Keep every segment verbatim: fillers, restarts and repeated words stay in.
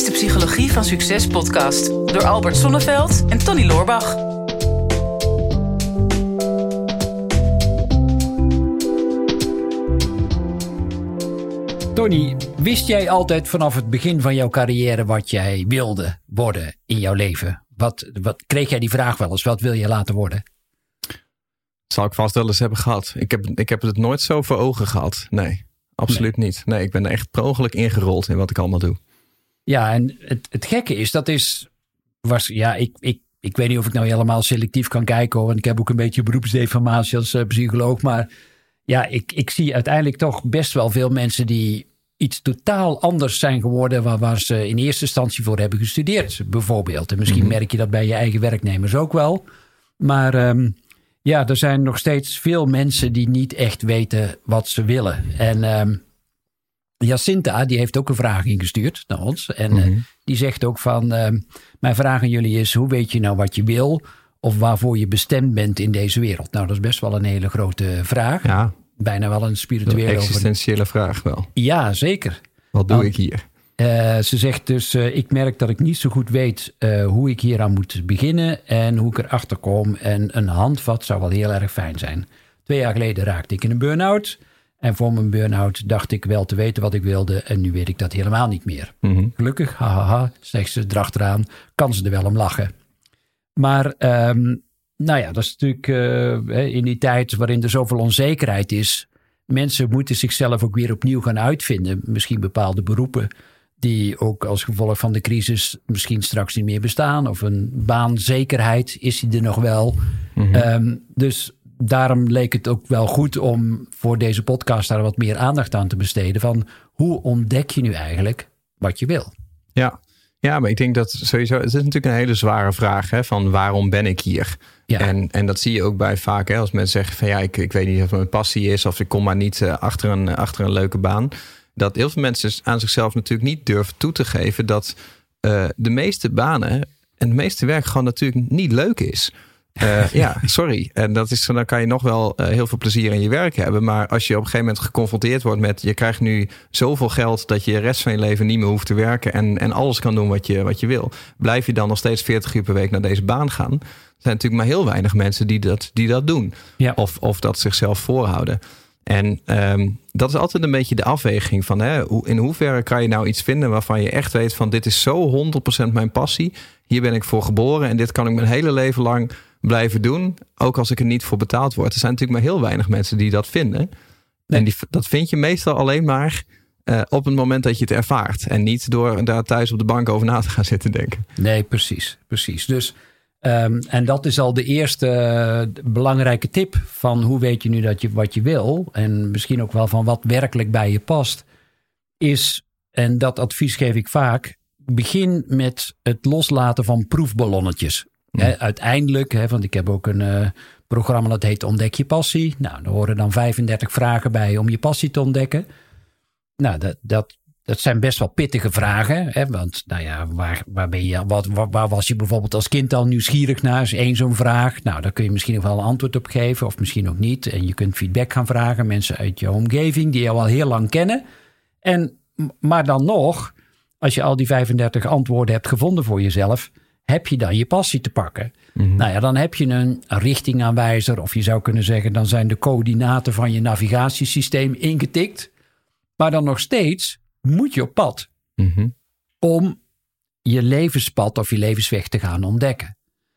de Psychologie van Succes podcast door Albert Sonneveld en Tony Loorbach. Tony, wist jij altijd vanaf het begin van jouw carrière wat jij wilde worden in jouw leven? Wat, wat kreeg jij die vraag wel eens? Wat wil je laten worden? Zal ik vast wel eens hebben gehad. Ik heb, ik heb het nooit zo voor ogen gehad. Nee, absoluut nee. niet. Nee, ik ben er echt per ongeluk ingerold in wat ik allemaal doe. Ja, en het, het gekke is, dat is... Was, ja, ik, ik, ik weet niet of ik nou helemaal selectief kan kijken, hoor, want ik heb ook een beetje beroepsdeformatie als uh, psycholoog. Maar ja, ik, ik zie uiteindelijk toch best wel veel mensen die iets totaal anders zijn geworden waar, waar ze in eerste instantie voor hebben gestudeerd, bijvoorbeeld. En misschien mm-hmm. merk je dat bij je eigen werknemers ook wel. Maar um, ja, er zijn nog steeds veel mensen die niet echt weten wat ze willen. En um, Jacinta, die heeft ook een vraag ingestuurd naar ons. En mm-hmm. uh, die zegt ook van, uh, mijn vraag aan jullie is, hoe weet je nou wat je wil of waarvoor je bestemd bent in deze wereld? Nou, dat is best wel een hele grote vraag. Ja. Bijna wel een spirituele... Een existentiële over... vraag wel. Ja, zeker. Wat doe Want, ik hier? Uh, ze zegt dus, uh, ik merk dat ik niet zo goed weet uh, hoe ik hier aan moet beginnen en hoe ik erachter kom. En een handvat zou wel heel erg fijn zijn. Twee jaar geleden raakte ik in een burn-out. En voor mijn burn-out dacht ik wel te weten wat ik wilde. En nu weet ik dat helemaal niet meer. Mm-hmm. Gelukkig, hahaha, zegt ze erachteraan, kan ze er wel om lachen. Maar um, nou ja, dat is natuurlijk uh, in die tijd waarin er zoveel onzekerheid is. Mensen moeten zichzelf ook weer opnieuw gaan uitvinden. Misschien bepaalde beroepen die ook als gevolg van de crisis misschien straks niet meer bestaan. Of een baanzekerheid, is die er nog wel? Mm-hmm. Um, dus daarom leek het ook wel goed om voor deze podcast daar wat meer aandacht aan te besteden. Van hoe ontdek je nu eigenlijk wat je wil? Ja, ja, maar ik denk dat sowieso, het is natuurlijk een hele zware vraag, hè, van waarom ben ik hier? Ja. En, en dat zie je ook bij vaak, hè, als mensen zeggen van ja, ik, ik weet niet of het mijn passie is of ik kom maar niet uh, achter, een, achter een leuke baan. Dat heel veel mensen aan zichzelf natuurlijk niet durven toe te geven dat uh, de meeste banen en het meeste werk gewoon natuurlijk niet leuk is. Uh, ja, sorry. En dat is, dan kan je nog wel uh, heel veel plezier in je werk hebben. Maar als je op een gegeven moment geconfronteerd wordt met je krijgt nu zoveel geld dat je de rest van je leven niet meer hoeft te werken en, en alles kan doen wat je, wat je wil. Blijf je dan nog steeds veertig uur per week naar deze baan gaan? Er zijn natuurlijk maar heel weinig mensen die dat, die dat doen. Ja. Of, of dat zichzelf voorhouden. En um, dat is altijd een beetje de afweging van hè, in hoeverre kan je nou iets vinden waarvan je echt weet van dit is zo honderd procent mijn passie. Hier ben ik voor geboren en dit kan ik mijn hele leven lang blijven doen, ook als ik er niet voor betaald word. Er zijn natuurlijk maar heel weinig mensen die dat vinden. Nee. En die, dat vind je meestal alleen maar uh, op het moment dat je het ervaart. En niet door daar thuis op de bank over na te gaan zitten denken. Nee, precies. precies. Dus, um, en dat is al de eerste uh, belangrijke tip van hoe weet je nu dat je wat je wil. En misschien ook wel van wat werkelijk bij je past. Is, en dat advies geef ik vaak, begin met het loslaten van proefballonnetjes. He, uiteindelijk, he, want ik heb ook een uh, programma dat heet Ontdek je passie. Nou, er horen dan vijfendertig vragen bij om je passie te ontdekken. Nou, dat, dat, dat zijn best wel pittige vragen. Hè, want, nou ja, waar, waar, ben je, wat, waar, waar was je bijvoorbeeld als kind al nieuwsgierig naar? Is één zo'n vraag. Nou, daar kun je misschien nog wel een antwoord op geven of misschien ook niet. En je kunt feedback gaan vragen. Mensen uit je omgeving die je al heel lang kennen. En, maar dan nog, als je al die vijfendertig antwoorden hebt gevonden voor jezelf, heb je dan je passie te pakken? Mm-hmm. Nou ja, dan heb je een richtingaanwijzer. Of je zou kunnen zeggen, dan zijn de coördinaten van je navigatiesysteem ingetikt. Maar dan nog steeds moet je op pad. Mm-hmm. Om je levenspad of je levensweg te gaan ontdekken.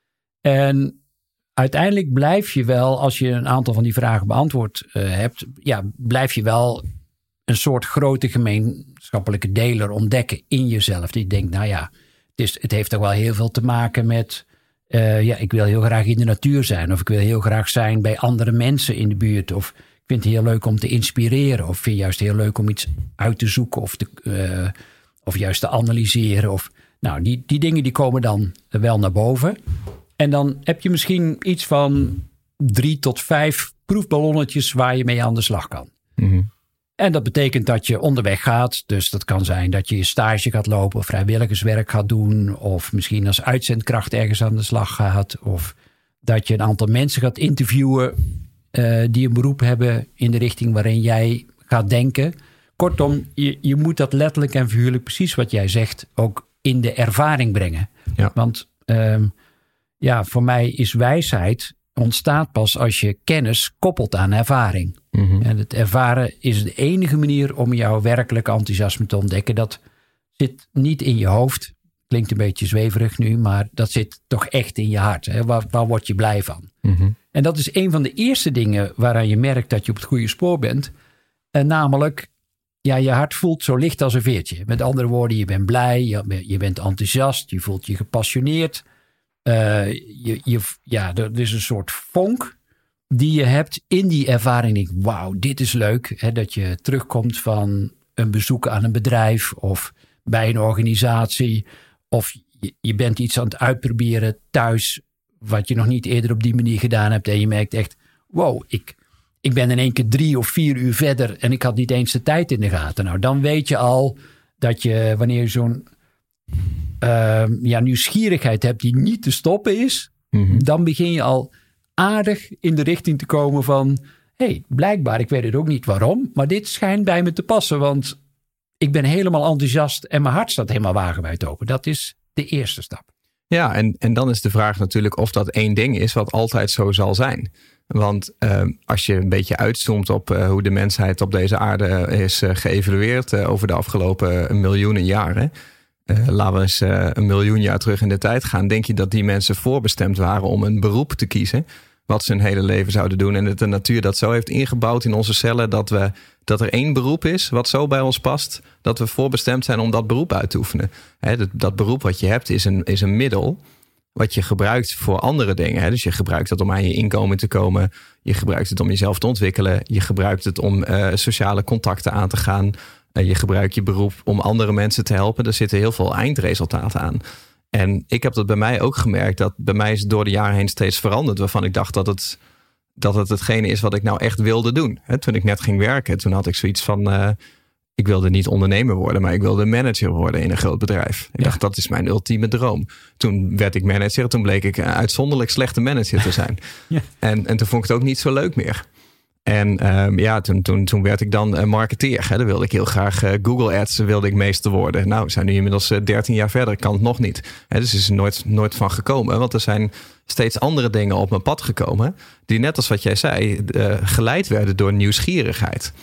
En uiteindelijk blijf je wel, als je een aantal van die vragen beantwoord uh, hebt, ja, blijf je wel een soort grote gemeenschappelijke deler ontdekken in jezelf. Die denkt, nou ja, Dus het heeft toch wel heel veel te maken met, uh, ja, ik wil heel graag in de natuur zijn. Of ik wil heel graag zijn bij andere mensen in de buurt. Of ik vind het heel leuk om te inspireren. Of ik vind het juist heel leuk om iets uit te zoeken. Of, te, uh, of juist te analyseren. Of, nou, die, die dingen die komen dan wel naar boven. En dan heb je misschien iets van drie tot vijf proefballonnetjes waar je mee aan de slag kan. Mm-hmm. En dat betekent dat je onderweg gaat. Dus dat kan zijn dat je je stage gaat lopen of vrijwilligerswerk gaat doen. Of misschien als uitzendkracht ergens aan de slag gaat. Of dat je een aantal mensen gaat interviewen uh, die een beroep hebben in de richting waarin jij gaat denken. Kortom, je, je moet dat letterlijk en figuurlijk precies wat jij zegt ook in de ervaring brengen. Ja. Want um, ja, voor mij is wijsheid ontstaat pas als je kennis koppelt aan ervaring. Mm-hmm. En het ervaren is de enige manier om jouw werkelijke enthousiasme te ontdekken. Dat zit niet in je hoofd. Klinkt een beetje zweverig nu, maar dat zit toch echt in je hart. Hè? Waar, waar word je blij van? Mm-hmm. En dat is een van de eerste dingen waaraan je merkt dat je op het goede spoor bent. En namelijk, ja, je hart voelt zo licht als een veertje. Met andere woorden, je bent blij, je, je bent enthousiast, je voelt je gepassioneerd. Uh, je, je, ja, er is een soort vonk die je hebt in die ervaring. Denk, wauw, dit is leuk. Hè, dat je terugkomt van een bezoek aan een bedrijf of bij een organisatie. Of je, je bent iets aan het uitproberen thuis wat je nog niet eerder op die manier gedaan hebt. En je merkt echt, wow, ik, ik ben in één keer drie of vier uur verder en ik had niet eens de tijd in de gaten. Nou, dan weet je al dat je, wanneer je zo'n uh, ja, nieuwsgierigheid hebt die niet te stoppen is, Mm-hmm. dan begin je al aardig in de richting te komen van, hé, hey, blijkbaar, ik weet het ook niet waarom, maar dit schijnt bij me te passen, want ik ben helemaal enthousiast en mijn hart staat helemaal wagenwijd open. Dat is de eerste stap. Ja, en, en dan is de vraag natuurlijk of dat één ding is wat altijd zo zal zijn. Want uh, als je een beetje uitzoomt op uh, hoe de mensheid op deze aarde is uh, geëvalueerd uh, over de afgelopen miljoenen jaren. Uh, laten we eens uh, een miljoen jaar terug in de tijd gaan. Denk je dat die mensen voorbestemd waren om een beroep te kiezen? Wat ze hun hele leven zouden doen. En dat de natuur dat zo heeft ingebouwd in onze cellen. Dat, we, dat er één beroep is wat zo bij ons past. Dat we voorbestemd zijn om dat beroep uit te oefenen. He, dat, dat beroep wat je hebt is een, is een middel wat je gebruikt voor andere dingen. He, dus je gebruikt het om aan je inkomen te komen. Je gebruikt het om jezelf te ontwikkelen. Je gebruikt het om uh, sociale contacten aan te gaan. Uh, je gebruikt je beroep om andere mensen te helpen. Er zitten heel veel eindresultaten aan. En ik heb dat bij mij ook gemerkt. Dat bij mij is het door de jaren heen steeds veranderd. Waarvan ik dacht dat het, dat het hetgene is wat ik nou echt wilde doen. He, toen ik net ging werken, toen had ik zoiets van, Uh, ik wilde niet ondernemer worden, maar ik wilde manager worden in een groot bedrijf. Ik ja. dacht, dat is mijn ultieme droom. Toen werd ik manager. Toen bleek ik een uitzonderlijk slechte manager te zijn. ja. en, en toen vond ik het ook niet zo leuk meer. En um, ja, toen, toen, toen werd ik dan uh, marketeer. Hè. Dan wilde ik heel graag uh, Google Ads wilde ik meester worden. Nou, we zijn nu inmiddels uh, dertien jaar verder. Kan het nog niet. Hè, dus is er nooit, nooit van gekomen. Want er zijn steeds andere dingen op mijn pad gekomen. Die net als wat jij zei, uh, geleid werden door nieuwsgierigheid.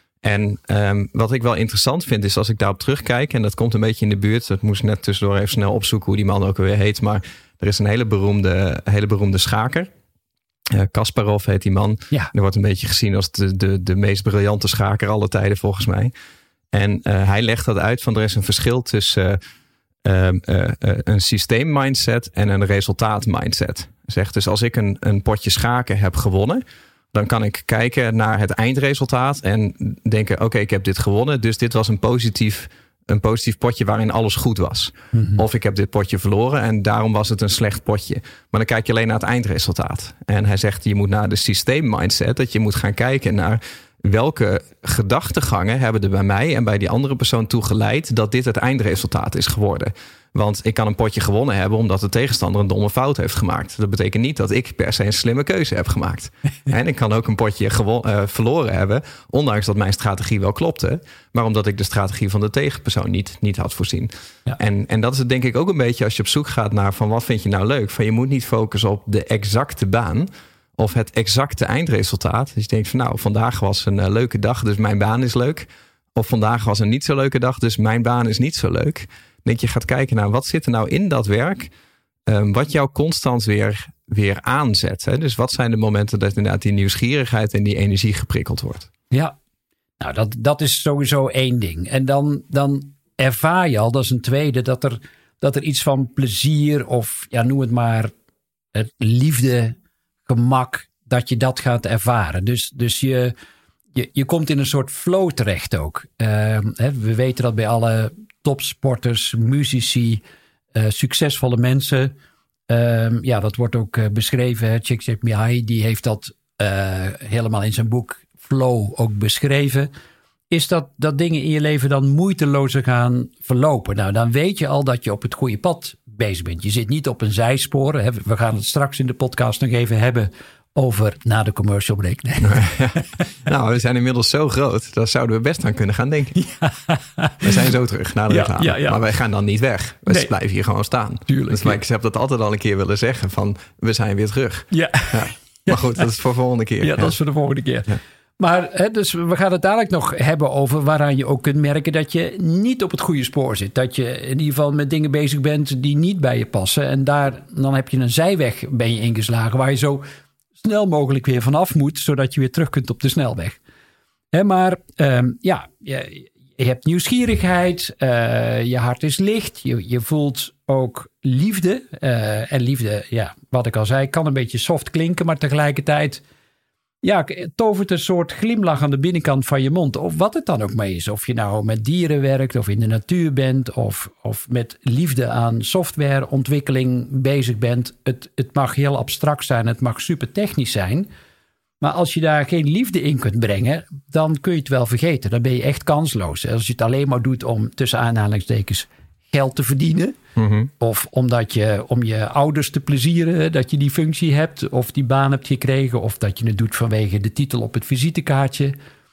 En um, wat ik wel interessant vind is als ik daarop terugkijk. En dat komt een beetje in de buurt. Dat moest net tussendoor even snel opzoeken hoe die man ook weer heet. Maar er is een hele beroemde, hele beroemde schaker. Uh, Kasparov heet die man. Ja. Er wordt een beetje gezien als de, de, de meest briljante schaker aller tijden volgens mij. En uh, hij legt dat uit van er is een verschil tussen uh, uh, uh, een systeemmindset en een resultaatmindset. Zegt dus als ik een, een potje schaken heb gewonnen, dan kan ik kijken naar het eindresultaat en denken, oké, okay, ik heb dit gewonnen, dus dit was een positief, een positief potje waarin alles goed was. Mm-hmm. Of ik heb dit potje verloren en daarom was het een slecht potje. Maar dan kijk je alleen naar het eindresultaat. En hij zegt, je moet naar de systeemmindset, dat je moet gaan kijken naar welke gedachtegangen hebben er bij mij en bij die andere persoon toe geleid dat dit het eindresultaat is geworden. Want ik kan een potje gewonnen hebben omdat de tegenstander een domme fout heeft gemaakt. Dat betekent niet dat ik per se een slimme keuze heb gemaakt. En ik kan ook een potje gewo- uh, verloren hebben, ondanks dat mijn strategie wel klopte, maar omdat ik de strategie van de tegenpersoon niet, niet had voorzien. Ja. En, en dat is het denk ik ook een beetje als je op zoek gaat naar van wat vind je nou leuk. Van je moet niet focussen op de exacte baan of het exacte eindresultaat. Dus je denkt van nou, vandaag was een uh, leuke dag, dus mijn baan is leuk. Of vandaag was een niet zo leuke dag, dus mijn baan is niet zo leuk. Denk je gaat kijken naar wat zit er nou in dat werk, um, wat jou constant weer, weer aanzet. Hè? Dus wat zijn de momenten dat inderdaad die nieuwsgierigheid en die energie geprikkeld wordt? Ja, nou dat, dat is sowieso één ding. En dan, dan ervaar je al, dat is een tweede, dat er, dat er iets van plezier of ja, noem het maar het liefde, gemak, dat je dat gaat ervaren. Dus, dus je, je, je komt in een soort flow terecht ook. Uh, hè, we weten dat bij alle topsporters, muzici, uh, succesvolle mensen. Uh, ja, dat wordt ook uh, beschreven. Csikszentmihalyi, die heeft dat uh, helemaal in zijn boek Flow ook beschreven. Is dat, dat dingen in je leven dan moeitelozer gaan verlopen? Nou, dan weet je al dat je op het goede pad bezig bent. Je zit niet op een zijspoor. Hè. We gaan het straks in de podcast nog even hebben over na de commercial break. Nee. Nou, we zijn inmiddels zo groot. Daar zouden we best aan kunnen gaan denken. Ja. We zijn zo terug na de reclame. Ja, ja, ja. Maar wij gaan dan niet weg. We nee. blijven hier gewoon staan. Tuurlijk. Dus, maar ik heb dat altijd al een keer willen zeggen. Van, we zijn weer terug. Ja. Ja. Maar goed, dat is voor de volgende keer. Ja, dat is voor de volgende keer. Ja. Maar hè, dus we gaan het dadelijk nog hebben over waaraan je ook kunt merken dat je niet op het goede spoor zit. Dat je in ieder geval met dingen bezig bent die niet bij je passen. En daar, dan heb je een zijweg ben je ingeslagen waar je zo snel mogelijk weer vanaf moet, zodat je weer terug kunt op de snelweg. Hè, maar um, ja, je, je hebt nieuwsgierigheid, uh, je hart is licht, je, je voelt ook liefde. Uh, en liefde, ja, wat ik al zei, kan een beetje soft klinken, maar tegelijkertijd ja, tovert een soort glimlach aan de binnenkant van je mond. Of wat het dan ook maar is. Of je nou met dieren werkt of in de natuur bent. Of, of met liefde aan softwareontwikkeling bezig bent. Het, het mag heel abstract zijn. Het mag super technisch zijn. Maar als je daar geen liefde in kunt brengen, dan kun je het wel vergeten. Dan ben je echt kansloos. Als je het alleen maar doet om tussen aanhalingstekens geld te verdienen. Mm-hmm. Of omdat je om je ouders te plezieren dat je die functie hebt. Of die baan hebt gekregen. Of dat je het doet vanwege de titel op het visitekaartje.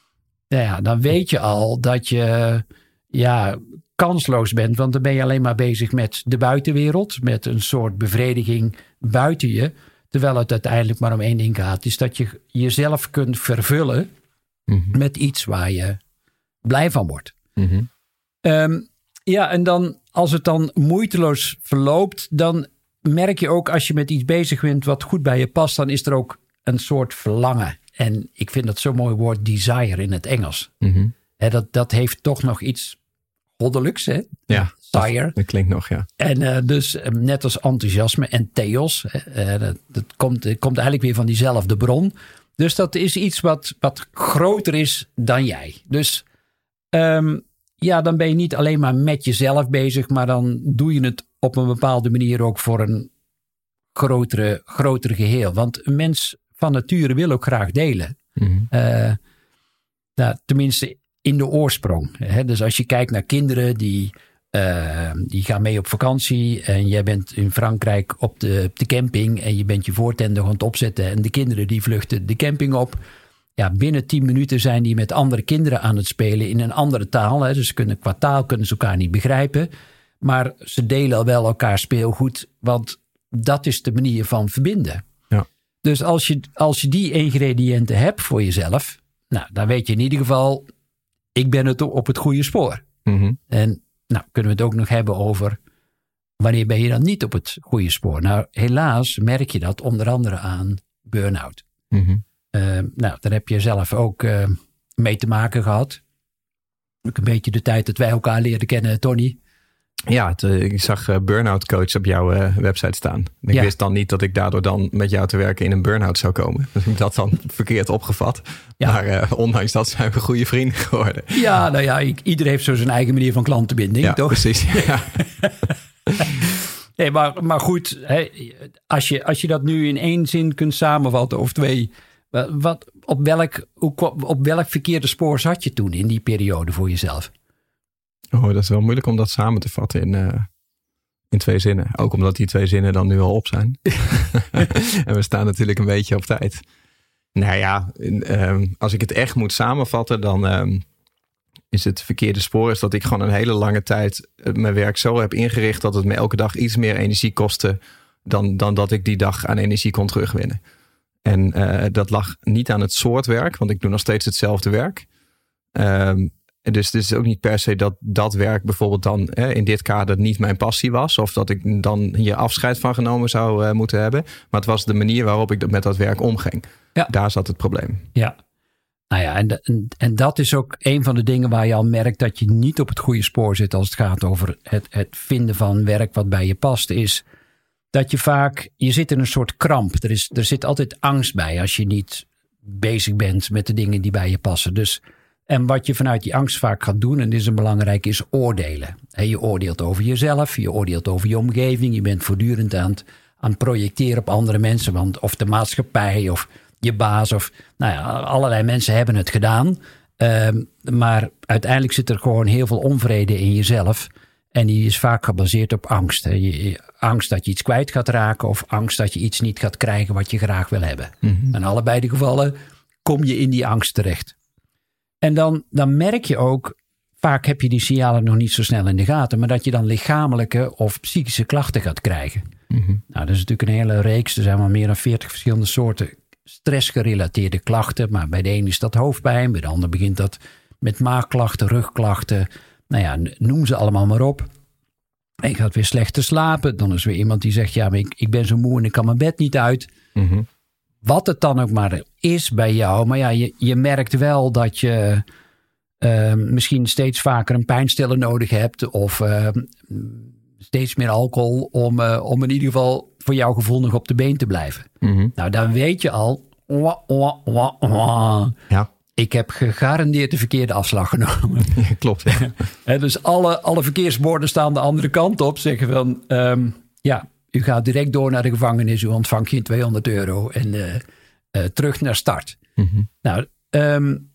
Nou ja, dan weet je al dat je ja, kansloos bent. Want dan ben je alleen maar bezig met de buitenwereld. Met een soort bevrediging buiten je. Terwijl het uiteindelijk maar om één ding gaat. Is dat je jezelf kunt vervullen mm-hmm. met iets waar je blij van wordt. Mm-hmm. Um, ja, en dan als het dan moeiteloos verloopt, dan merk je ook als je met iets bezig bent wat goed bij je past, dan is er ook een soort verlangen. En ik vind dat zo'n mooi woord, desire in het Engels. Mm-hmm. He, dat, dat heeft toch nog iets goddelijks, hè? Ja, desire. Dat, dat klinkt nog, ja. En uh, dus net als enthousiasme en theos, uh, dat, dat komt, dat komt eigenlijk weer van diezelfde bron. Dus dat is iets wat, wat groter is dan jij. Dus um, ja, dan ben je niet alleen maar met jezelf bezig, maar dan doe je het op een bepaalde manier ook voor een grotere, grotere geheel. Want een mens van nature wil ook graag delen. Mm-hmm. Uh, nou, tenminste in de oorsprong. Hè? Dus als je kijkt naar kinderen die, uh, die gaan mee op vakantie en jij bent in Frankrijk op de, op de camping en je bent je voortender aan het opzetten en de kinderen die vluchten de camping op. Ja, binnen tien minuten zijn die met andere kinderen aan het spelen in een andere taal. Hè. Dus ze kunnen, qua taal kunnen ze elkaar niet begrijpen. Maar ze delen wel elkaar speelgoed. Want dat is de manier van verbinden. Ja. Dus als je, als je die ingrediënten hebt voor jezelf. Nou, dan weet je in ieder geval, ik ben het op het goede spoor. Mm-hmm. En nou kunnen we het ook nog hebben over wanneer ben je dan niet op het goede spoor. Nou, helaas merk je dat onder andere aan burn-out. Mm-hmm. Uh, nou, daar heb je zelf ook uh, mee te maken gehad. Ook een beetje de tijd dat wij elkaar leerden kennen, Tony. Ja, het, uh, ik zag uh, burn-out coach op jouw uh, website staan. Ik ja. wist dan niet dat ik daardoor dan met jou te werken in een burn-out zou komen. Dus ik dat dan verkeerd opgevat. Ja. Maar uh, ondanks dat zijn we goede vrienden geworden. Ja, nou ja, ik, iedereen heeft zo zijn eigen manier van klantenbinding, ja, toch? Precies, ja. Nee, maar, maar goed, hè, als, je, als je dat nu in één zin kunt samenvatten of twee. Wat, op, welk, op welk verkeerde spoor zat je toen in die periode voor jezelf? Oh, dat is wel moeilijk om dat samen te vatten in, uh, in twee zinnen. Ook omdat die twee zinnen dan nu al op zijn. En we staan natuurlijk een beetje op tijd. Nou ja, um, als ik het echt moet samenvatten, dan um, is het verkeerde spoor is dat ik gewoon een hele lange tijd mijn werk zo heb ingericht dat het me elke dag iets meer energie kostte dan, dan dat ik die dag aan energie kon terugwinnen. En uh, dat lag niet aan het soort werk, want ik doe nog steeds hetzelfde werk. Um, dus het is ook niet per se dat dat werk bijvoorbeeld dan eh, in dit kader niet mijn passie was. Of dat ik dan hier afscheid van genomen zou uh, moeten hebben. Maar het was de manier waarop ik met dat werk omging. Ja. Daar zat het probleem. Ja, nou ja, en, de, en dat is ook een van de dingen waar je al merkt dat je niet op het goede spoor zit als het gaat over het, het vinden van werk wat bij je past. Is dat je vaak, je zit in een soort kramp. Er, is, er zit altijd angst bij als je niet bezig bent met de dingen die bij je passen. Dus, en wat je vanuit die angst vaak gaat doen, en dit is een belangrijk, is oordelen. He, je oordeelt over jezelf, je oordeelt over je omgeving. Je bent voortdurend aan het, aan het projecteren op andere mensen. Want of de maatschappij of je baas of nou ja, allerlei mensen hebben het gedaan. Um, maar uiteindelijk zit er gewoon heel veel onvrede in jezelf. En die is vaak gebaseerd op angst. Hè. Je, angst dat je iets kwijt gaat raken of angst dat je iets niet gaat krijgen wat je graag wil hebben. Mm-hmm. In allebei de gevallen kom je in die angst terecht. En dan, dan merk je ook, vaak heb je die signalen nog niet zo snel in de gaten, maar dat je dan lichamelijke of psychische klachten gaat krijgen. Mm-hmm. Nou, dat is natuurlijk een hele reeks. Er zijn wel meer dan veertig verschillende soorten stressgerelateerde klachten. Maar bij de een is dat hoofdpijn, bij de ander begint dat met maagklachten, rugklachten. Nou ja, noem ze allemaal maar op. En je gaat weer slechter slapen. Dan is weer iemand die zegt, ja, maar ik, ik ben zo moe en ik kan mijn bed niet uit. Mm-hmm. Wat het dan ook maar is bij jou. Maar ja, je, je merkt wel dat je uh, misschien steeds vaker een pijnstiller nodig hebt. Of uh, steeds meer alcohol om, uh, om in ieder geval voor jouw gevoel nog op de been te blijven. Mm-hmm. Nou, dan weet je al. Wah, wah, wah, wah. Ja. Ik heb gegarandeerd de verkeerde afslag genomen. Ja, klopt, ja. He, dus alle, alle verkeersborden staan de andere kant op. Zeggen van, um, ja, u gaat direct door naar de gevangenis. U ontvangt geen tweehonderd euro en uh, uh, terug naar start. Mm-hmm. Nou, um,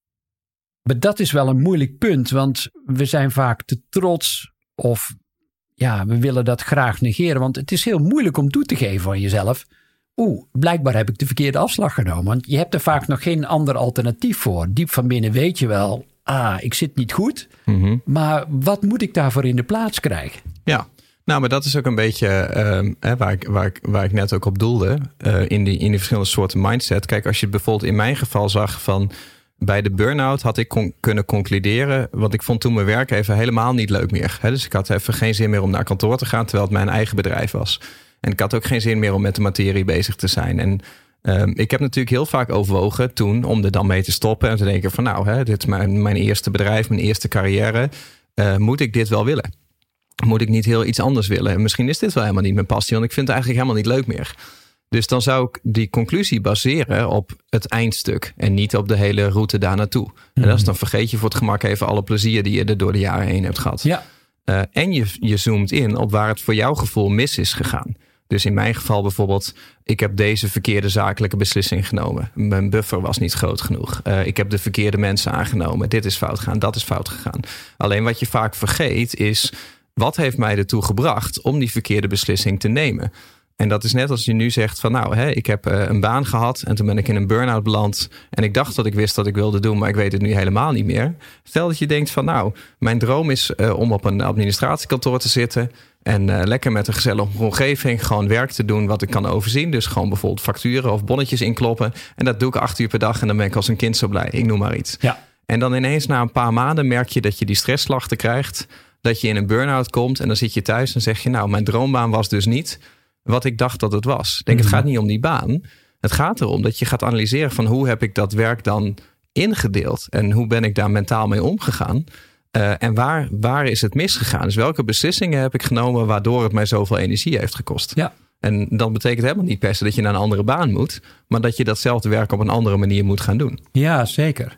maar dat is wel een moeilijk punt. Want we zijn vaak te trots of ja, we willen dat graag negeren. Want het is heel moeilijk om toe te geven aan jezelf. Oeh, blijkbaar heb ik de verkeerde afslag genomen. Want je hebt er vaak nog geen ander alternatief voor. Diep van binnen weet je wel, ah, ik zit niet goed. Mm-hmm. Maar wat moet ik daarvoor in de plaats krijgen? Ja, nou, maar dat is ook een beetje uh, hè, waar, ik, waar, ik, waar ik net ook op doelde. Uh, in, die, in die verschillende soorten mindset. Kijk, als je bijvoorbeeld in mijn geval zag van bij de burn-out had ik kon, kunnen concluderen. Want ik vond toen mijn werk even helemaal niet leuk meer. Hè? Dus ik had even geen zin meer om naar kantoor te gaan, terwijl het mijn eigen bedrijf was. En ik had ook geen zin meer om met de materie bezig te zijn. En um, ik heb natuurlijk heel vaak overwogen toen om er dan mee te stoppen. En te denken van nou, hè, dit is mijn, mijn eerste bedrijf, mijn eerste carrière. Uh, moet ik dit wel willen? Moet ik niet heel iets anders willen? En misschien is dit wel helemaal niet mijn passie, want ik vind het eigenlijk helemaal niet leuk meer. Dus dan zou ik die conclusie baseren op het eindstuk. En niet op de hele route daar naartoe. Mm-hmm. En dat is dan vergeet je voor het gemak even alle plezier die je er door de jaren heen hebt gehad. Ja. Uh, en je, je zoomt in op waar het voor jouw gevoel mis is gegaan. Dus in mijn geval bijvoorbeeld, ik heb deze verkeerde zakelijke beslissing genomen. Mijn buffer was niet groot genoeg. Uh, ik heb de verkeerde mensen aangenomen. Dit is fout gegaan, dat is fout gegaan. Alleen wat je vaak vergeet is, wat heeft mij ertoe gebracht om die verkeerde beslissing te nemen? En dat is net als je nu zegt van nou, hè, ik heb uh, een baan gehad en toen ben ik in een burn-out beland. En ik dacht dat ik wist wat ik wilde doen, maar ik weet het nu helemaal niet meer. Stel dat je denkt van nou, mijn droom is uh, om op een administratiekantoor te zitten. En uh, lekker met een gezellige omgeving gewoon werk te doen wat ik kan overzien. Dus gewoon bijvoorbeeld facturen of bonnetjes inkloppen. En dat doe ik acht uur per dag en dan ben ik als een kind zo blij. Ik noem maar iets. Ja. En dan ineens na een paar maanden merk je dat je die stressklachten krijgt. Dat je in een burn-out komt en dan zit je thuis en zeg je nou, mijn droombaan was dus niet wat ik dacht dat het was. Ik denk, mm-hmm. Het gaat niet om die baan. Het gaat erom dat je gaat analyseren van hoe heb ik dat werk dan ingedeeld? En hoe ben ik daar mentaal mee omgegaan? Uh, en waar, waar is het misgegaan? Dus welke beslissingen heb ik genomen waardoor het mij zoveel energie heeft gekost? Ja. En dat betekent helemaal niet per se dat je naar een andere baan moet, maar dat je datzelfde werk op een andere manier moet gaan doen. Ja, zeker.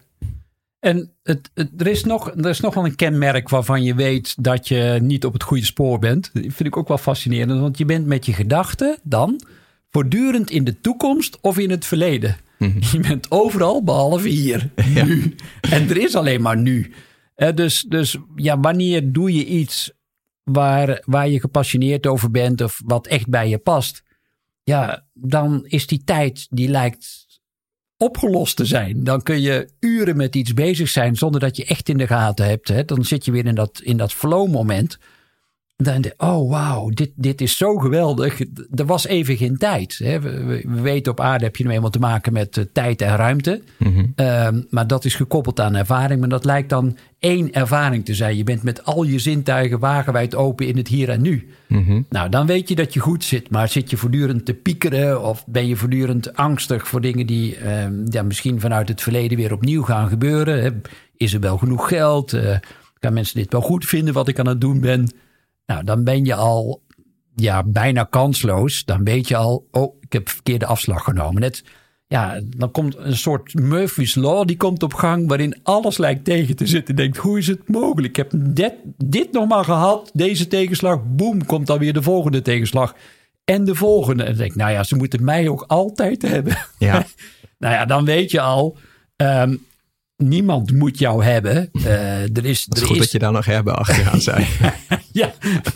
En het, het, er, is nog, er is nog wel een kenmerk waarvan je weet dat je niet op het goede spoor bent. Dat vind ik ook wel fascinerend, want je bent met je gedachten dan voortdurend in de toekomst of in het verleden. Mm-hmm. Je bent overal behalve hier, ja. Nu. En er is alleen maar nu. Uh, dus, dus ja, wanneer doe je iets waar, waar je gepassioneerd over bent of wat echt bij je past? Ja, dan is die tijd, die lijkt opgelost te zijn. Dan kun je uren met iets bezig zijn zonder dat je echt in de gaten hebt. Hè? Dan zit je weer in dat, in dat flow moment. Dan denk je, oh wauw, dit, dit is zo geweldig. Er was even geen tijd. Hè? We, we weten op aarde heb je nu eenmaal te maken met uh, tijd en ruimte. Mm-hmm. Uh, maar dat is gekoppeld aan ervaring. Maar dat lijkt dan één ervaring te zijn. Je bent met al je zintuigen wagenwijd open in het hier en nu. Mm-hmm. Nou, dan weet je dat je goed zit. Maar zit je voortdurend te piekeren of ben je voortdurend angstig voor dingen die uh, ja, misschien vanuit het verleden weer opnieuw gaan gebeuren? Hè? Is er wel genoeg geld? Uh, kan mensen dit wel goed vinden wat ik aan het doen ben? Nou, dan ben je al ja, bijna kansloos. Dan weet je al, oh, ik heb verkeerde afslag genomen. Net, ja, dan komt een soort Murphy's Law, die komt op gang, waarin alles lijkt tegen te zitten. Je denkt, hoe is het mogelijk? Ik heb dit, dit nog maar gehad, deze tegenslag. Boem, komt dan weer de volgende tegenslag. En de volgende. En dan denk ik, nou ja, ze moeten mij ook altijd hebben. Ja. Nou ja, dan weet je al, Um, niemand moet jou hebben. Uh, er is, het is er goed is... dat je daar nog hebben achteraan zei. Ja.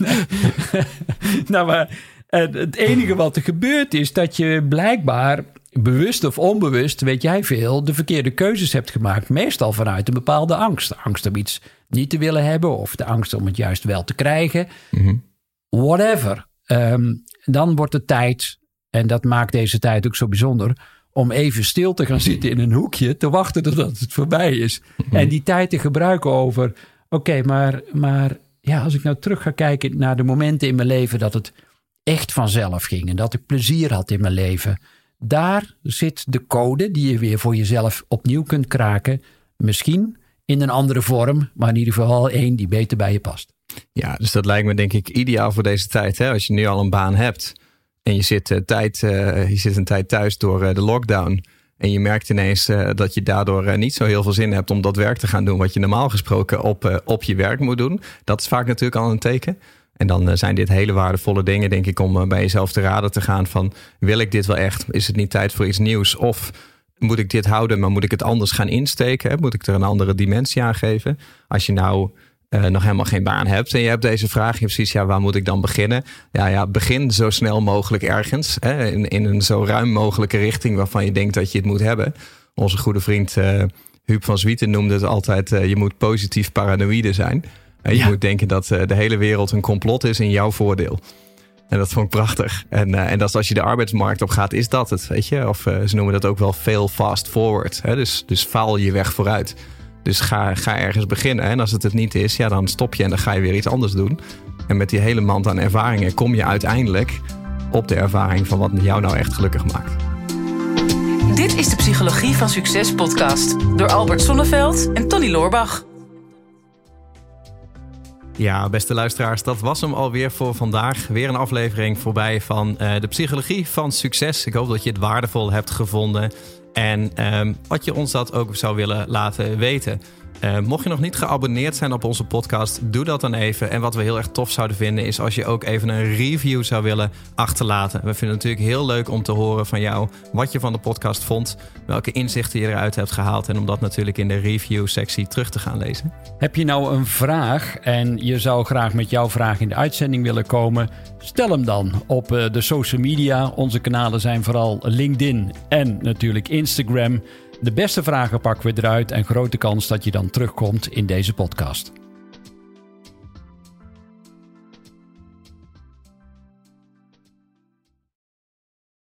Nou, maar het enige wat er gebeurt is dat je blijkbaar bewust of onbewust, weet jij veel, de verkeerde keuzes hebt gemaakt. Meestal vanuit een bepaalde angst. De angst om iets niet te willen hebben of de angst om het juist wel te krijgen. Mm-hmm. Whatever. Um, dan wordt het tijd, en dat maakt deze tijd ook zo bijzonder, om even stil te gaan zitten in een hoekje, te wachten totdat het voorbij is. Mm-hmm. En die tijd te gebruiken over, oké, okay, maar, maar ja, als ik nou terug ga kijken naar de momenten in mijn leven dat het echt vanzelf ging en dat ik plezier had in mijn leven. Daar zit de code die je weer voor jezelf opnieuw kunt kraken. Misschien in een andere vorm, maar in ieder geval één die beter bij je past. Ja, dus dat lijkt me denk ik ideaal voor deze tijd. Hè? Als je nu al een baan hebt en je zit, uh, tijd, uh, je zit een tijd thuis door uh, de lockdown. En je merkt ineens uh, dat je daardoor uh, niet zo heel veel zin hebt om dat werk te gaan doen wat je normaal gesproken op, uh, op je werk moet doen. Dat is vaak natuurlijk al een teken. En dan uh, zijn dit hele waardevolle dingen, denk ik, om uh, bij jezelf te raden te gaan van, wil ik dit wel echt? Is het niet tijd voor iets nieuws? Of moet ik dit houden, maar moet ik het anders gaan insteken? Hè? Moet ik er een andere dimensie aan geven? Als je nou uh, nog helemaal geen baan hebt en je hebt deze vraag, je hebt precies, ja, waar moet ik dan beginnen? Ja, ja, begin zo snel mogelijk ergens, hè? In, in een zo ruim mogelijke richting waarvan je denkt dat je het moet hebben. Onze goede vriend uh, Huub van Zwieten noemde het altijd, uh, je moet positief paranoïde zijn. Je ja. moet denken dat uh, de hele wereld een complot is in jouw voordeel. En dat vond ik prachtig. En, uh, en dat is als je de arbeidsmarkt op gaat, is dat het, weet je. Of uh, ze noemen dat ook wel fail fast forward. Hè? Dus, dus faal je weg vooruit. Dus ga, ga ergens beginnen. En als het het niet is, ja, dan stop je en dan ga je weer iets anders doen. En met die hele mand aan ervaringen kom je uiteindelijk op de ervaring van wat jou nou echt gelukkig maakt. Dit is de Psychologie van Succes podcast door Albert Sonneveld en Tony Loorbach. Ja, beste luisteraars, dat was hem alweer voor vandaag. Weer een aflevering voorbij van uh, de Psychologie van Succes. Ik hoop dat je het waardevol hebt gevonden en um, wat je ons dat ook zou willen laten weten. Uh, mocht je nog niet geabonneerd zijn op onze podcast, doe dat dan even. En wat we heel erg tof zouden vinden is als je ook even een review zou willen achterlaten. We vinden het natuurlijk heel leuk om te horen van jou wat je van de podcast vond, welke inzichten je eruit hebt gehaald en om dat natuurlijk in de review-sectie terug te gaan lezen. Heb je nou een vraag en je zou graag met jouw vraag in de uitzending willen komen? Stel hem dan op de social media. Onze kanalen zijn vooral LinkedIn en natuurlijk Instagram. De beste vragen pakken we eruit en grote kans dat je dan terugkomt in deze podcast.